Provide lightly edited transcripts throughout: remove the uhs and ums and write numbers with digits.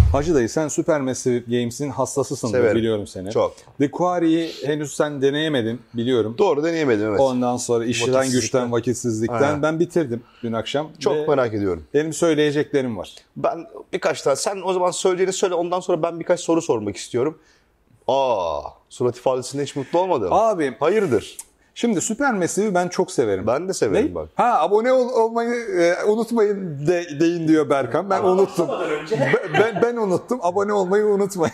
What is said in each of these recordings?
Hacı dayı sen Supermassive Games'in hassasısındır, Severim. biliyorum seni. Çok. The Quarry'yi henüz sen deneyemedin biliyorum. Doğru, deneyemedim, evet. Ondan sonra işten güçten vakitsizlikten Aynen. ben bitirdim dün akşam. Çok merak ediyorum. Benim söyleyeceklerim var. Ben birkaç tane, sen o zaman söyleyeceğini söyle, ondan sonra ben birkaç soru sormak istiyorum. Surat ifadesinde hiç mutlu olmadım. Abi Hayırdır? şimdi Supermassive'i ben çok severim. Ben de severim bak. Abone olmayı unutmayın deyin diyor Berkan. Ben unuttum. ben unuttum. Abone olmayı unutmayın.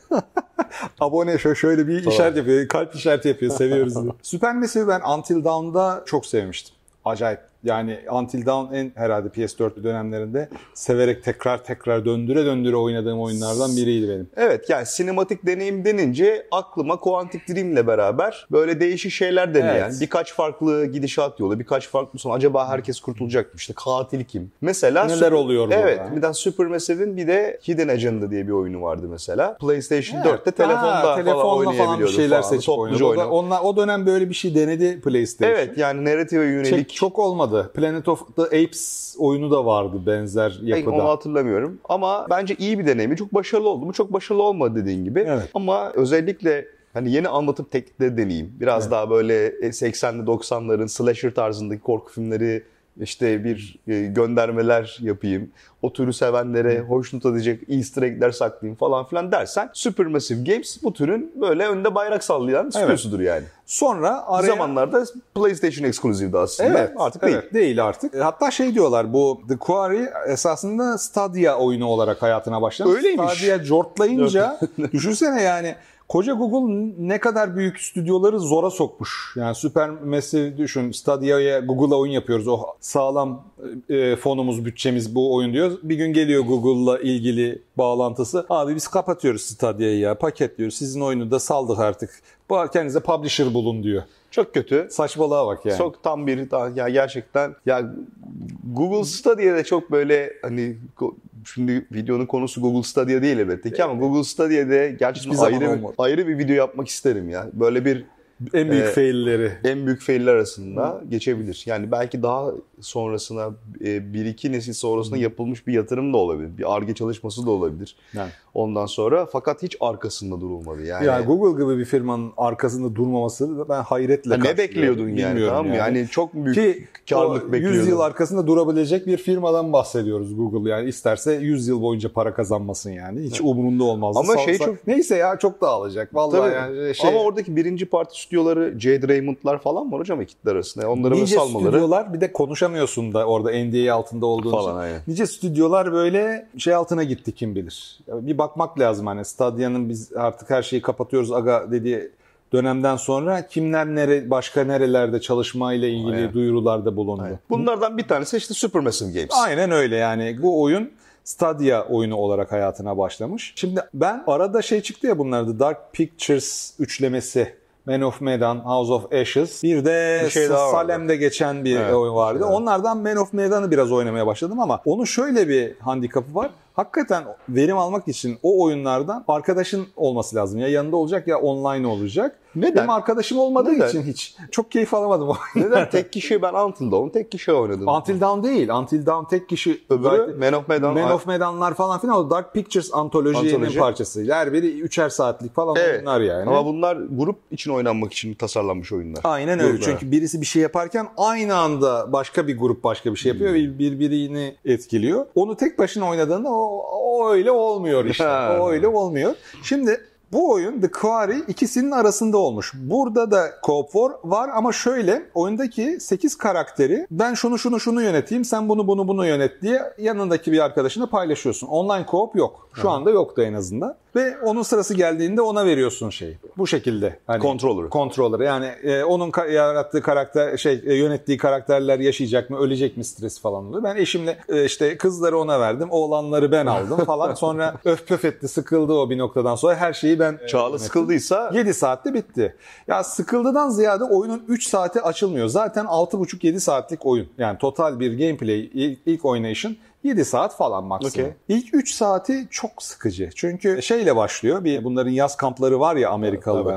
Abone şöyle bir işaret yapıyor. Kalp işareti yapıyor. Seviyoruz diye. Supermassive'i ben Until Dawn'da çok sevmiştim. Acayip. Yani Until Dawn en herhalde PS4 dönemlerinde severek tekrar döndüre oynadığım oyunlardan biriydi benim. Evet, yani sinematik deneyim denince aklıma Quantic Dream'le beraber böyle değişik şeyler deneyen, birkaç farklı gidişat yolu, birkaç farklı son. Acaba herkes kurtulacak mı? İşte katil kim? Mesela neler oluyor burada? Evet, bir de Supermassive'in bir de Hidden Agenda diye bir oyunu vardı mesela. PlayStation 4'te telefonla falan oynayabiliyordun. Bir şeyler seçip oynadı. O dönem böyle bir şey denedi PlayStation. Evet, yani narrative yönelik. Çok olmadı. Planet of the Apes oyunu da vardı benzer yapıda. Onu hatırlamıyorum. Ama bence iyi bir deneyimi. Çok başarılı oldu mu? Çok başarılı olmadı dediğin gibi. Evet. Ama özellikle hani yeni anlatım teknikleri deneyeyim. Biraz daha böyle 80'li 90'ların slasher tarzındaki korku filmleri, işte bir göndermeler yapayım. O türü sevenlere hoşnut edecek easter egg'ler saklayayım falan filan dersen Supermassive Games bu türün böyle önde bayrak sallayan stüdyosudur yani. Sonra Bir zamanlarda PlayStation exclusive'di aslında. Evet, artık değil. Evet, değil artık. Hatta diyorlar, bu The Quarry esasında Stadia oyunu olarak hayatına başlamış. Öyleymiş. Stadia cortlayınca düşünsene yani koca Google ne kadar büyük stüdyoları zora sokmuş. Yani Supermassive düşün, Stadia'ya Google'a oyun yapıyoruz. O sağlam fonumuz, bütçemiz bu oyun diyor. Bir gün geliyor Google'la ilgili bağlantısı. Abi biz kapatıyoruz Stadia'yı ya, paketliyoruz. Sizin oyunu da saldık artık. Kendinize publisher bulun diyor. Çok kötü. Saçmalığa bak yani. Çok tam bir ya gerçekten ya Google Stadia'da çok böyle hani şimdi videonun konusu Google Stadia değil elbette ki ama Google Stadia'da gerçekten ayrı bir video yapmak isterim ya. Böyle bir en büyük failleri. En büyük failler arasında geçebilir. Yani belki daha sonrasına bir iki nesil sonrasında yapılmış bir yatırım da olabilir. Bir Ar-Ge çalışması da olabilir. Yani. Ondan sonra fakat hiç arkasında durulmadı. Yani Google gibi bir firmanın arkasında durmaması ben hayretle karşılıyorum. Ne bekliyordun yani? Tamam mı? Yani çok büyük karlılık bekliyordun. 100 yıl arkasında durabilecek bir firmadan bahsediyoruz Google yani. İsterse 100 yıl boyunca para kazanmasın yani. Hiç umurunda olmazdı. Ama neyse ya çok dağılacak. Vallahi yani Ama oradaki birinci parti stüdyoları Jade Raymond'lar falan var hocam ekipler arasında. Onları nice salmaları. stüdyolar, bir de konuşamıyorsun da orada NDA altında olduğun falan, için. Aynen. Nice stüdyolar böyle altına gitti kim bilir. Bir bakmak lazım hani Stadia'nın biz artık her şeyi kapatıyoruz aga dediği dönemden sonra kimler başka nerelerde çalışmayla ilgili duyurularda bulundu. Aynen. Bunlardan bir tanesi işte Supermassive Games. Aynen öyle yani bu oyun Stadia oyunu olarak hayatına başlamış. Şimdi ben arada çıktı ya bunlarda Dark Pictures üçlemesi. Man of Medan, House of Ashes. Bir de Salem'de geçen bir oyun vardı. Onlardan Man of Medan'ı biraz oynamaya başladım ama onun şöyle bir handikapı var. Hakikaten verim almak için o oyunlardan arkadaşın olması lazım. Ya yanında olacak ya online olacak. Neden? Benim arkadaşım olmadığı için hiç çok keyif alamadım. Neden? Tek kişi ben Until Dawn tek kişi oynadım. Until Dawn değil. Until Dawn tek kişi. Öbürü Man of Medan. Man of Medan'lar falan filan. O Dark Pictures antolojinin parçası. Her biri 3'er saatlik falan oyunlar yani. Ama bunlar grup için oynanmak için tasarlanmış oyunlar. Aynen öyle. Çünkü birisi bir şey yaparken aynı anda başka bir grup başka bir şey yapıyor ve birbirini etkiliyor. Onu tek başına oynadığında o öyle olmuyor işte. O öyle olmuyor. Şimdi bu oyun The Quarry ikisinin arasında olmuş. Burada da co-op var ama şöyle oyundaki 8 karakteri ben şunu yöneteyim sen bunu yönet diye yanındaki bir arkadaşına paylaşıyorsun. Online co-op yok. Şu anda yoktu en azından. Ve onun sırası geldiğinde ona veriyorsun şeyi. Bu şekilde. Hani Controller. Yani onun yarattığı karakter yönettiği karakterler yaşayacak mı, ölecek mi stresi falan oluyor. Ben eşimle işte kızları ona verdim, oğlanları ben aldım falan. Sonra öf pöf etti, sıkıldı o bir noktadan sonra her şeyi ben Çağla sıkıldıysa 7 saatte bitti. Ya sıkıldıdan ziyade oyunun 3 saati açılmıyor. Zaten 6,5-7 saatlik oyun. Yani total bir gameplay ilk oynayışın 7 saat falan maksimum. İlk 3 saati çok sıkıcı. Çünkü başlıyor. Bunların yaz kampları var ya Amerikalıların.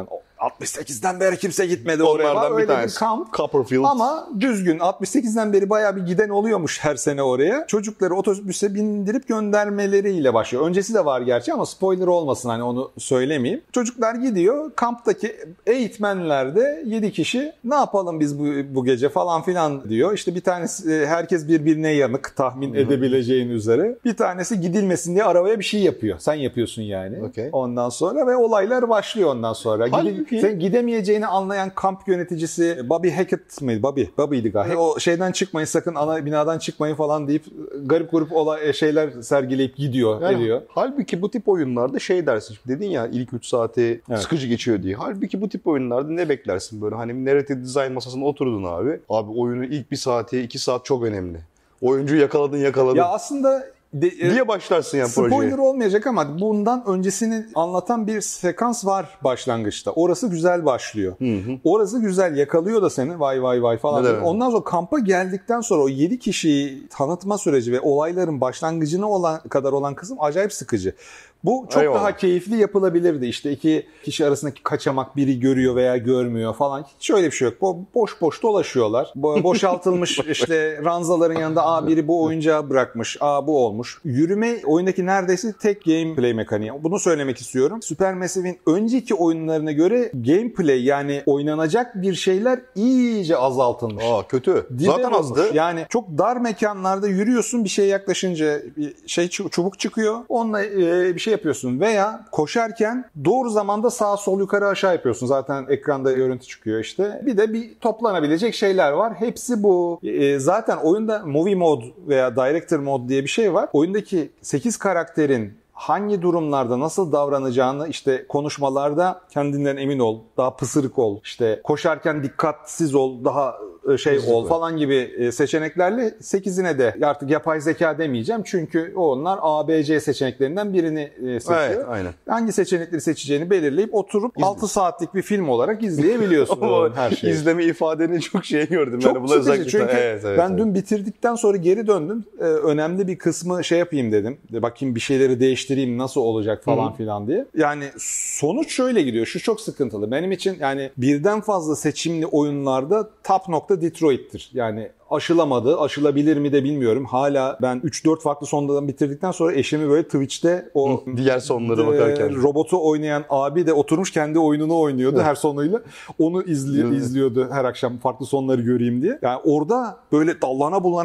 68'den beri kimse gitmedi oraya. Onlardan bir Öyle tanesi. kamp. Copperfield. Ama düzgün 68'den beri bayağı bir giden oluyormuş her sene oraya. Çocukları otobüse bindirip göndermeleriyle başlıyor. Öncesi de var gerçi ama spoiler olmasın, hani onu söylemeyeyim. Çocuklar gidiyor. Kamptaki eğitmenler de 7 kişi ne yapalım biz bu gece falan filan diyor. İşte bir tanesi, herkes birbirine yanık tahmin edebileceğin üzere. Bir tanesi gidilmesin diye arabaya bir şey yapıyor. Sen yapıyorsun yani. Okay. Ondan sonra ve olaylar başlıyor ondan sonra. Sen gidemeyeceğini anlayan kamp yöneticisi Bobby Hackett miydi? Bobby'ydi galiba. O şeyden çıkmayın sakın, ana binadan çıkmayın falan deyip garip şeyler sergileyip gidiyor, ediyor. Halbuki bu tip oyunlarda şey dersin. Dedin ya ilk 3 saati sıkıcı geçiyor diye. Halbuki bu tip oyunlarda ne beklersin böyle? Hani narrative design masasına oturdun abi. Abi oyunun ilk 1 saati 2 saat çok önemli. Oyuncuyu yakaladın. Ya aslında diye başlarsın yani projeye. Spoiler olmayacak ama bundan öncesini anlatan bir sekans var başlangıçta. Orası güzel başlıyor. Orası güzel yakalıyor da seni vay falan. Evet. Ondan sonra kampa geldikten sonra o 7 kişiyi tanıtma süreci ve olayların başlangıcına kadar olan kısım acayip sıkıcı. Bu çok daha keyifli yapılabilirdi. İşte 2 kişi arasındaki kaçamak, biri görüyor veya görmüyor falan. Hiç öyle bir şey yok. Boş dolaşıyorlar. Boşaltılmış işte ranzaların yanında biri bu oyuncağı bırakmış. Bu olmuş. Yürüme oyundaki neredeyse tek gameplay mekaniği. Bunu söylemek istiyorum. Supermassive'in önceki oyunlarına göre gameplay yani oynanacak bir şeyler iyice azaltılmış. Kötü. Zaten azdı. Yani çok dar mekanlarda yürüyorsun, bir şeye yaklaşınca bir şey çubuk çıkıyor. Onunla bir şey yapıyorsun veya koşarken doğru zamanda sağ sol yukarı aşağı yapıyorsun. Zaten ekranda görüntü çıkıyor işte. Bir de bir toplanabilecek şeyler var. Hepsi bu. Zaten oyunda movie mode veya director mode diye bir şey var. Oyundaki 8 karakterin hangi durumlarda nasıl davranacağını, işte konuşmalarda kendinden emin ol, daha pısırık ol, işte koşarken dikkatsiz ol, daha ol falan gibi seçeneklerle 8'ine de artık yapay zeka demeyeceğim. Çünkü onlar A, B, C seçeneklerinden birini seçiyor. Evet, aynen. Hangi seçenekleri seçeceğini belirleyip oturup 6 saatlik bir film olarak izleyebiliyorsun her şeyi. İzleme ifadeni çok gördüm. Çok yani sıkıcı çünkü ben dün bitirdikten sonra geri döndüm. Önemli bir kısmı yapayım dedim. Bakayım bir şeyleri değiştireyim nasıl olacak falan filan diye. Yani sonuç şöyle gidiyor. Şu çok sıkıntılı. Benim için yani birden fazla seçimli oyunlarda top nokta Detroit'tir. Yani aşılabilir mi de bilmiyorum. Hala ben 3-4 farklı sondan bitirdikten sonra eşimi böyle Twitch'te o diğer sonlara bakarken robotu oynayan abi de oturmuş kendi oyununu oynuyordu her sonuyla. Onu izliyordu her akşam farklı sonları göreyim diye. Yani orada böyle dallana bullana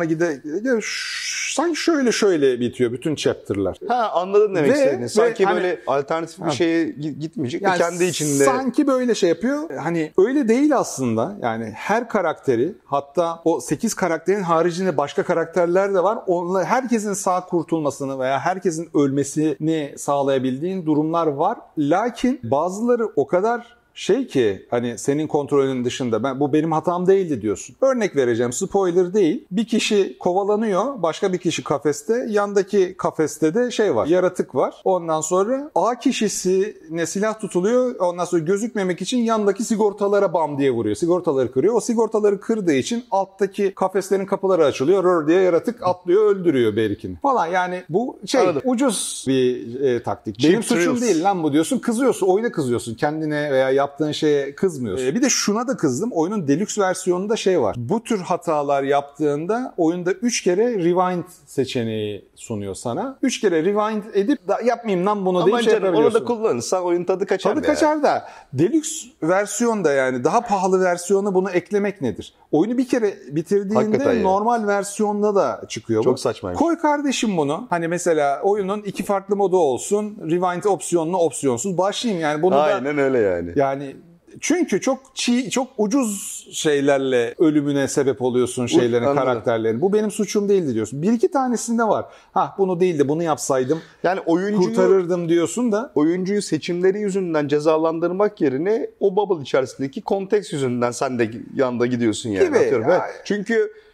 sanki şöyle bitiyor bütün chapter'lar. Anladım demek istediğini. Sanki böyle alternatif bir şeye gitmeyecek yani kendi içinde. Sanki böyle yapıyor. Hani öyle değil aslında. Yani her karakteri, hatta o 8 karakterin haricinde başka karakterler de var. Onlar herkesin sağ kurtulmasını veya herkesin ölmesini sağlayabildiğin durumlar var. Lakin bazıları o kadar ki hani senin kontrolünün dışında bu benim hatam değildi diyorsun. Örnek vereceğim, spoiler değil. Bir kişi kovalanıyor, başka bir kişi kafeste, yandaki kafeste de var, yaratık var. Ondan sonra A kişisine silah tutuluyor. Ondan sonra gözükmemek için yandaki sigortalara bam diye vuruyor. Sigortaları kırıyor. O sigortaları kırdığı için alttaki kafeslerin kapıları açılıyor. Rör diye yaratık atlıyor, öldürüyor Berik'ini falan. Yani bu ucuz bir taktik. Benim suçum değil lan bu diyorsun. Kızıyorsun. Oyuna kızıyorsun. Kendine veya yaptığın şeye kızmıyorsun. Bir de şuna da kızdım. Oyunun deluxe versiyonunda var. Bu tür hatalar yaptığında oyunda 3 kere rewind seçeneği sunuyor sana. 3 kere rewind edip yapmayayım lan bunu deyip yapabiliyorsun. Onu da kullanırsan oyun tadı kaçar. Tadı kaçar da deluxe versiyonda yani daha pahalı versiyonu bunu eklemek nedir? Oyunu bir kere bitirdiğinde normal versiyonda da çıkıyor bu. Çok saçmaymış. Koy kardeşim bunu. Hani mesela oyunun 2 farklı modu olsun. Rewind opsiyonlu, opsiyonsuz. Başlayayım yani bunu Aynen öyle yani. Yani çünkü çok ucuz şeylerle ölümüne sebep oluyorsun karakterlerin. Bu benim suçum değildi diyorsun. 1-2 tanesinde var. Bunu değil de bunu yapsaydım yani kurtarırdım diyorsun da. Oyuncuyu seçimleri yüzünden cezalandırmak yerine o bubble içerisindeki konteks yüzünden sen de yanda gidiyorsun yani. Gibi. Çünkü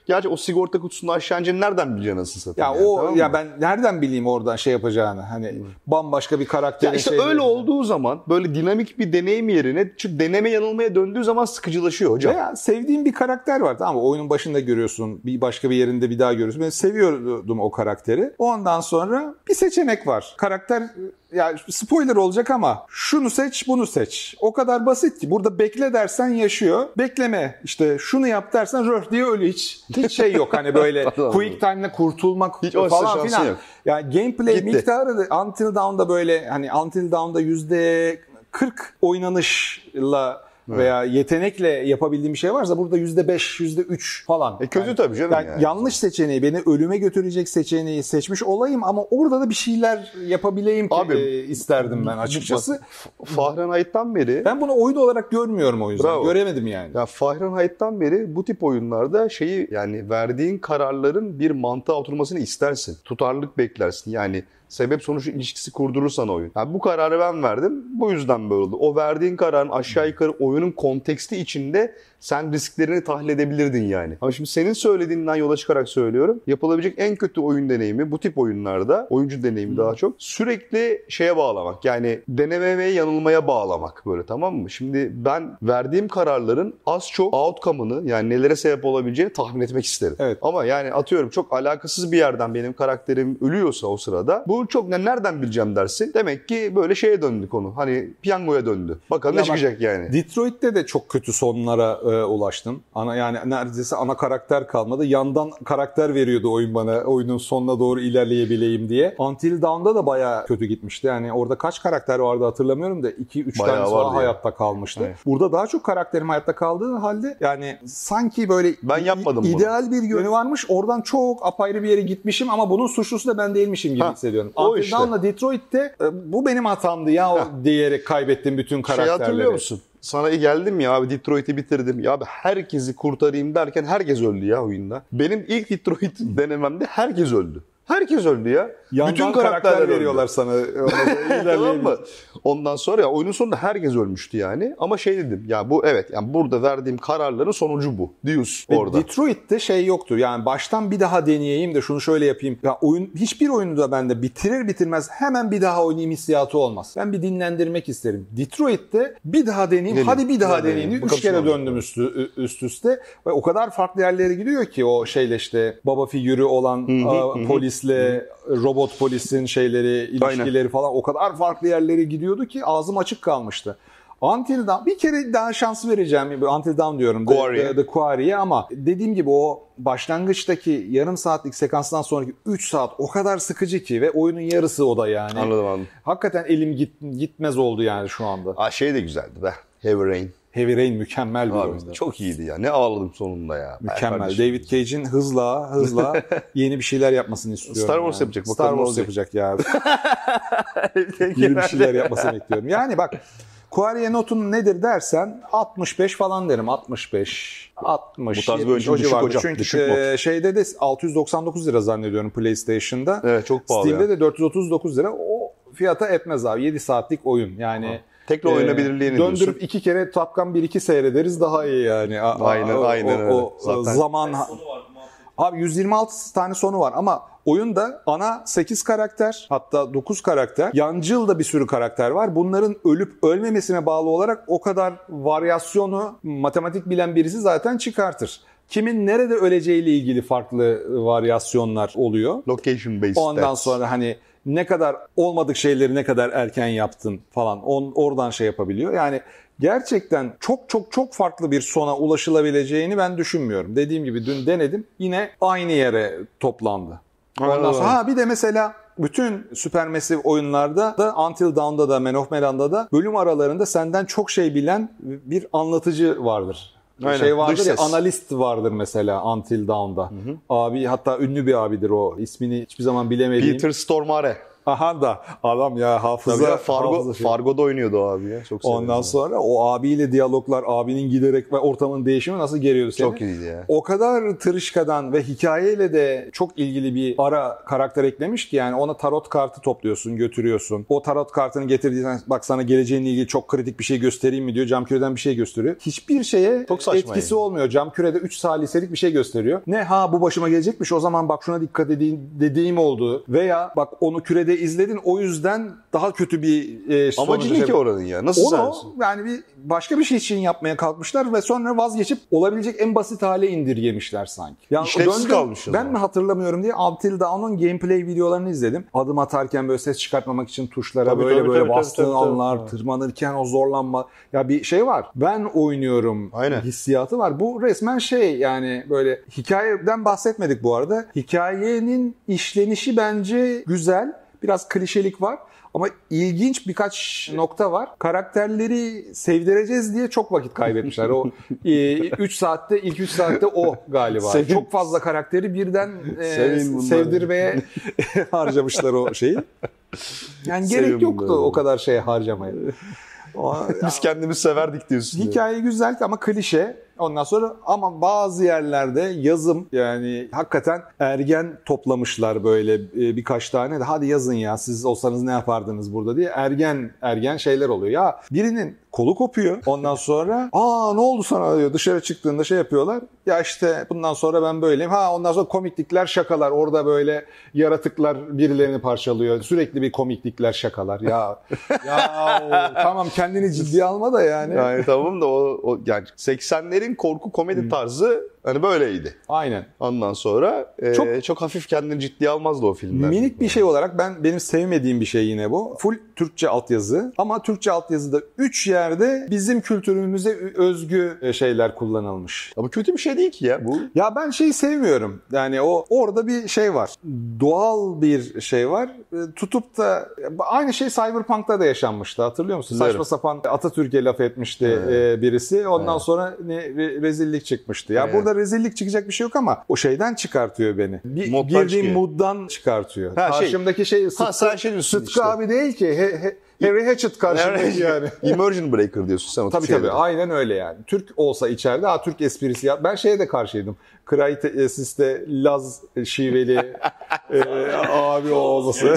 Gerçi o sigorta kutusunu aşağı ince nereden bileceksin nasıl satayım? Ya yani, o tamam ya mı? ben nereden bileyim oradan şey yapacağını. Hani bambaşka bir karakterin Ya işte şeyleri- öyle olduğu zaman böyle dinamik bir deneyim yerine çünkü deneme yanılmaya döndüğü zaman sıkıcılaşıyor hocam. Veya sevdiğin bir karakter var, tamam mı? Oyunun başında görüyorsun, bir başka bir yerinde bir daha görüyorsun. Ben seviyordum o karakteri. Ondan sonra bir seçenek var. Karakter, ya spoiler olacak ama şunu seç, bunu seç. O kadar basit ki. Burada bekle dersen yaşıyor. Bekleme, işte şunu yap dersen röh diye ölü, hiç şey yok. Hani böyle quick time'le kurtulmak Hiç o falan şansın filan. yok. Yani gameplay Gitti. miktarı da Until Dawn'da böyle, hani Until Dawn'da %40 oynanışla veya yetenekle yapabildiğim bir şey varsa burada %5, %3 falan. Kötü tabii canım yani. Yanlış seçeneği, beni ölüme götürecek seçeneği seçmiş olayım ama orada da bir şeyler yapabileyim ki Abi, isterdim ben açıkçası. Fahrenheit'tan beri Ben bunu oyun olarak görmüyorum o yüzden. Bravo. Göremedim yani. ya Fahrenheit'tan beri bu tip oyunlarda şeyi yani verdiğin kararların bir mantığa oturmasını istersin. Tutarlılık beklersin. Yani sebep sonuç ilişkisi kurdurursan oyun. Yani bu kararı ben verdim. Bu yüzden böyle oldu. O verdiğin kararın aşağı yukarı oyunun konteksti içinde sen risklerini tahlil edebilirdin yani. Ama şimdi senin söylediğinden yola çıkarak söylüyorum. Yapılabilecek en kötü oyun deneyimi bu tip oyunlarda, oyuncu deneyimi daha çok sürekli şeye bağlamak. Yani denemeye, yanılmaya bağlamak böyle, tamam mı? Şimdi ben verdiğim kararların az çok outcome'ını, yani nelere sebep olabileceğini tahmin etmek isterim. Evet. Ama yani atıyorum çok alakasız bir yerden benim karakterim ölüyorsa o sırada bu çok nereden bileceğim dersin. Demek ki böyle şeye döndü konu. Hani piyangoya döndü. Bakalım Ya ne çıkacak yani. Detroit'te de çok kötü sonlara ulaştım. Yani neredeyse ana karakter kalmadı. Yandan karakter veriyordu oyun bana. Oyunun sonuna doğru ilerleyebileyim diye. Until Dawn'da da bayağı kötü gitmişti. Yani orada kaç karakter vardı hatırlamıyorum da 2-3 Bayağı tanesi vardı falan ya. hayatta kalmıştı. Evet. Burada daha çok karakterim hayatta kaldığı halde yani sanki böyle Ben yapmadım bunu. ideal bir yönü varmış. Oradan çok apayrı bir yere gitmişim ama bunun suçlusu da ben değilmişim gibi hissediyorum. o Until işte. Dawn'la Detroit'te bu benim hatamdı ya diyerek kaybettim bütün karakterleri. Şey hatırlıyor musun? Sana geldim ya abi, Detroit'i bitirdim. Ya abi herkesi kurtarayım derken herkes öldü ya oyunda. Benim ilk Detroit denememde herkes öldü. Herkes öldü ya. Yandan bütün karakter karakterler veriyorlar öldü. sana. Tamam mı? Ondan sonra ya oyunun sonunda herkes ölmüştü yani. Ama şey dedim ya, bu evet yani burada verdiğim kararların sonucu bu. Diyorsun orada. Detroit'te şey yoktu. Yani baştan bir daha deneyeyim de şunu şöyle yapayım. Ya hiçbir oyunu da bende bitirir bitirmez hemen bir daha oynayayım hissiyatı olmaz. Ben bir dinlendirmek isterim. Detroit'te bir daha deneyeyim. Deneyim. Hadi bir daha Deneyim. deneyeyim. Bakalım 3 kere sonra. döndüm üst üste. Ve o kadar farklı yerlere gidiyor ki o şeyle işte baba figürü olan polisle robot polisin şeyleri, ilişkileri falan o kadar farklı yerlere gidiyordu ki ağzım açık kalmıştı. Until Dawn, bir kere daha şans vereceğim. Until Dawn diyorum. The Quarry'e ama dediğim gibi o başlangıçtaki yarım saatlik sekansdan sonraki 3 saat o kadar sıkıcı ki ve oyunun yarısı o da yani. Anladım. Hakikaten elim gitmez oldu yani şu anda. Şey de güzeldi be. Heavy Rain. Heavy Rain mükemmel bir Abi, oyundu. çok iyiydi ya. Ne ağladım sonunda ya. Mükemmel. Kardeşim. David Cage'in hızla yeni bir şeyler yapmasını istiyorum. Star Wars yani. yapacak. Star Bakalım Wars ne yapacak ya. Yeni bir şeyler yapmasını bekliyorum. Yani bak, Quarry'e notun nedir dersen 65 falan derim. 65, 60, Bu tarz bir 70 oyuncu o düşük civarda. hocam, Çünkü düşük not. şeyde de 699 lira zannediyorum PlayStation'da. Evet, çok pahalı Steam'de ya. de 439 lira. O fiyata etmez abi. 7 saatlik oyun. Yani Tekrar oynanabilirliğini diyorsun. döndürüp 2 kere Top Gun 1-2 seyrederiz daha iyi yani. Aynen öyle. O Zaten. zaman abi 126 tane sonu var ama oyunda ana 8 karakter, hatta 9 karakter, yancıl da bir sürü karakter var. Bunların ölüp ölmemesine bağlı olarak o kadar varyasyonu matematik bilen birisi zaten çıkartır. Kimin nerede öleceğiyle ilgili farklı varyasyonlar oluyor. Location based. Ondan sonra hani ne kadar olmadık şeyleri ne kadar erken yaptın falan oradan şey yapabiliyor. Yani gerçekten çok farklı bir sona ulaşılabileceğini ben düşünmüyorum. Dediğim gibi dün denedim, yine aynı yere toplandı. Ondan sonra bir de mesela bütün Supermassive oyunlarda da Until Dawn'da da Man of Medan'da da bölüm aralarında senden çok şey bilen bir anlatıcı vardır. Aynen. Şey vardır Dış ya, ses. analist vardır mesela Until Dawn'da. Abi, hatta ünlü bir abidir o. İsmini hiçbir zaman bilemediğim. Peter Stormare. Aha da adam ya hafıza. Tabii ya, hafıza şey. Fargo'da oynuyordu o abi ya. Çok severim. Ondan sonra o abiyle diyaloglar, abinin giderek ve ortamın değişimi nasıl geriyordu seni. Çok iyiydi ya. O kadar tırışkadan ve hikayeyle de çok ilgili bir ara karakter eklemiş ki yani ona tarot kartı topluyorsun, götürüyorsun. O tarot kartını getirdiğinden bak sana geleceğinle ilgili çok kritik bir şey göstereyim mi diyor. Cam küreden bir şey gösteriyor. Hiçbir şeye etkisi olmuyor. Cam kürede 3 saliselik bir şey gösteriyor. Ne bu başıma gelecekmiş o zaman bak şuna dikkat edeyim dediğim oldu. Veya bak onu kürede izledin o yüzden daha kötü bir amacı ne ki oranın ya? Nasıl sensin? Yani bir başka bir şey için yapmaya kalkmışlar ve sonra vazgeçip olabilecek en basit hale indirgemişler sanki. Yani İşlevsiz kalmış. Ben mi hatırlamıyorum diye Until Dawn'un gameplay videolarını izledim. Adım atarken böyle ses çıkartmamak için tuşlara tabii, bastığın anlar, tırmanırken o zorlanma. Ya bir şey var. Ben oynuyorum. Aynen. Hissiyatı var. Bu resmen yani böyle hikayeden bahsetmedik bu arada. Hikayenin işlenişi bence güzel. Biraz klişelik var. Ama ilginç birkaç nokta var. Karakterleri sevdireceğiz diye çok vakit kaybetmişler. O 3 saatte, ilk 3 saatte o galiba. Çok fazla karakteri birden sevdirmeye harcamışlar o şeyi. Yani gerek yoktu o kadar şeye harcamaya. Biz kendimiz severdik diyorsun. Hikaye güzel ama klişe. Ondan sonra ama bazı yerlerde yazım yani hakikaten ergen toplamışlar böyle birkaç tane de hadi yazın ya siz olsanız ne yapardınız burada diye ergen şeyler oluyor. Ya birinin kolu kopuyor ondan sonra ne oldu sana diyor dışarı çıktığında şey yapıyorlar. Ya işte bundan sonra ben böyleyim. Ondan sonra komiklikler şakalar orada böyle yaratıklar birilerini parçalıyor. Sürekli bir komiklikler şakalar ya tamam kendini ciddiye alma da yani. Yani tamam da o yani 80'lerin korku komedi tarzı hani böyleydi. Aynen. Ondan sonra çok hafif kendini ciddiye almazdı o filmler. Minik bir şey olarak benim sevmediğim bir şey yine bu. Full Türkçe altyazı ama Türkçe altyazıda 3 yerde bizim kültürümüze özgü şeyler kullanılmış. Ama kötü bir şey değil ki ya bu. Ya ben şeyi sevmiyorum. Yani orada bir şey var. Doğal bir şey var. Tutup da aynı şey Cyberpunk'ta da yaşanmıştı. Hatırlıyor musun? Saçma sapan Atatürk'e laf etmişti birisi. Ondan sonra rezillik çıkmıştı. Ya burada rezillik çıkacak bir şey yok ama o şeyden çıkartıyor beni. Girdiğim mood'dan çıkartıyor. Karşımdaki Sıtkı işte. Abi değil ki. Harry Hatchett karşımdaki yani. Immersion Breaker diyorsun sen o tabii aynen öyle yani. Türk olsa içeride Türk esprisi yap. Ben şeye de karşıydım. Crytesis'te Laz şiveli abi olması.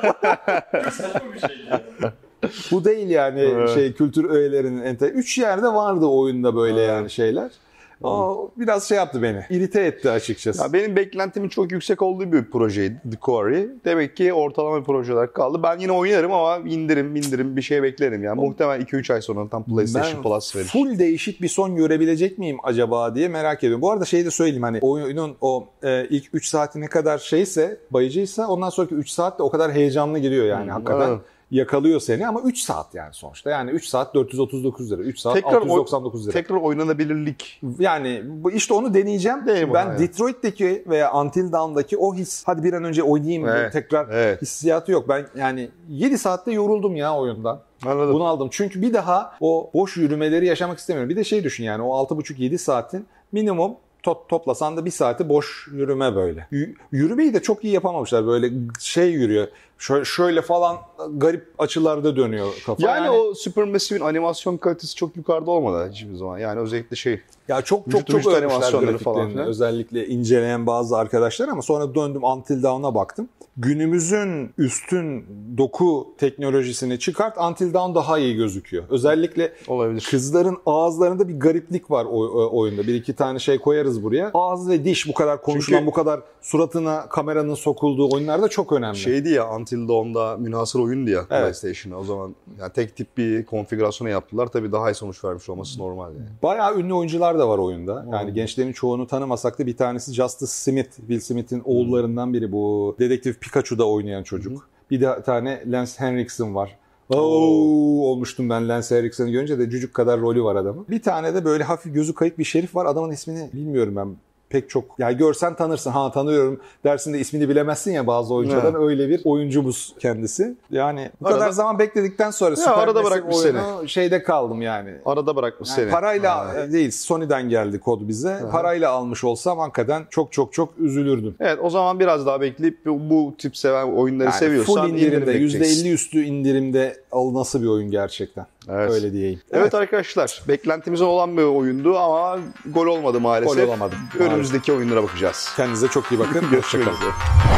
Bu değil yani kültür öğelerinin 3 yerde vardı oyunda böyle yani şeyler. O biraz şey yaptı beni. İrite etti açıkçası. Ya benim beklentimin çok yüksek olduğu bir projeydi The Quarry. Demek ki ortalama bir proje olarak kaldı. Ben yine oynarım ama indirim bir şey beklerim. Yani muhtemelen 2-3 ay sonra tam PlayStation Plus verir. Full değişik bir son görebilecek miyim acaba diye merak ediyorum. Bu arada şeyi de söyleyeyim hani oyunun o ilk 3 saati ne kadar bayıcıysa ondan sonraki 3 saat de o kadar heyecanlı giriyor yani hakikaten. Evet. Yakalıyor seni ama 3 saat yani sonuçta. Yani 3 saat 439 lira, 3 saat 699 lira. Tekrar oynanabilirlik. Yani işte onu deneyeceğim. Ben Detroit'teki veya Until Dawn'daki o his, hadi bir an önce oynayayım tekrar hissiyatı yok. Ben yani 7 saatte yoruldum ya oyundan. Anladım. Bunu aldım. Çünkü bir daha o boş yürümeleri yaşamak istemiyorum. Bir de şey düşün yani o 6,5-7 saatin minimum toplasan da 1 saati boş yürüme böyle. Yürümeyi de çok iyi yapamamışlar. Böyle yürüyor. Şöyle falan garip açılarda dönüyor kafa. Yani o Supermassive'in animasyon kalitesi çok yukarıda olmadı hiçbir zaman. Yani özellikle ya çok animasyonları falan. Özellikle inceleyen bazı arkadaşlar ama sonra döndüm Until Dawn'a baktım. Günümüzün üstün doku teknolojisini çıkart Until Dawn daha iyi gözüküyor. Özellikle olabilir. Kızların ağızlarında bir gariplik var oyunda. 1-2 tane şey koyarız buraya. Ağız ve diş bu kadar konuşulan, bu kadar suratına kameranın sokulduğu oyunlarda çok önemli. Şeydi ya Until Dawn'da münhasır oyundu ya PlayStation'a. O zaman yani tek tip bir konfigürasyonu yaptılar. Tabii daha iyi sonuç vermiş olması normal yani. Bayağı ünlü oyuncular da var oyunda. Yani gençlerin çoğunu tanımasak da bir tanesi Justice Smith. Will Smith'in oğullarından biri bu. Dedektif Pikachu'da oynayan çocuk. Bir de tane Lance Henriksen var. Olmuştum ben Lance Henriksen'i görünce de cücük kadar rolü var adamın. Bir tane de böyle hafif gözü kayık bir şerif var. Adamın ismini bilmiyorum ben. pek çok, yani görsen tanırsın, ha tanıyorum dersin de ismini bilemezsin ya bazı oyunculardan, Evet. öyle bir oyuncumuz kendisi. Yani bu Arada- kadar zaman bekledikten sonra arada Supermassive bırakmış oyunu şeyde kaldım yani. Arada bırakmış Yani seni. parayla değil, Sony'den geldi kod bize. Parayla almış olsam hakikaten çok üzülürdüm. Evet, o zaman biraz daha bekleyip bu tip oyunları Yani seviyorsan full indirimde, bekleyeceksin. %50 üstü indirimde nasıl bir oyun gerçekten. Evet. Öyle diyeyim. Evet arkadaşlar, beklentimize olan bir oyundu ama gol olmadı maalesef. Gol olamadı. Önümüzdeki oyunlara bakacağız. Kendinize çok iyi bakın. Görüşmek Hoşça kalın. üzere.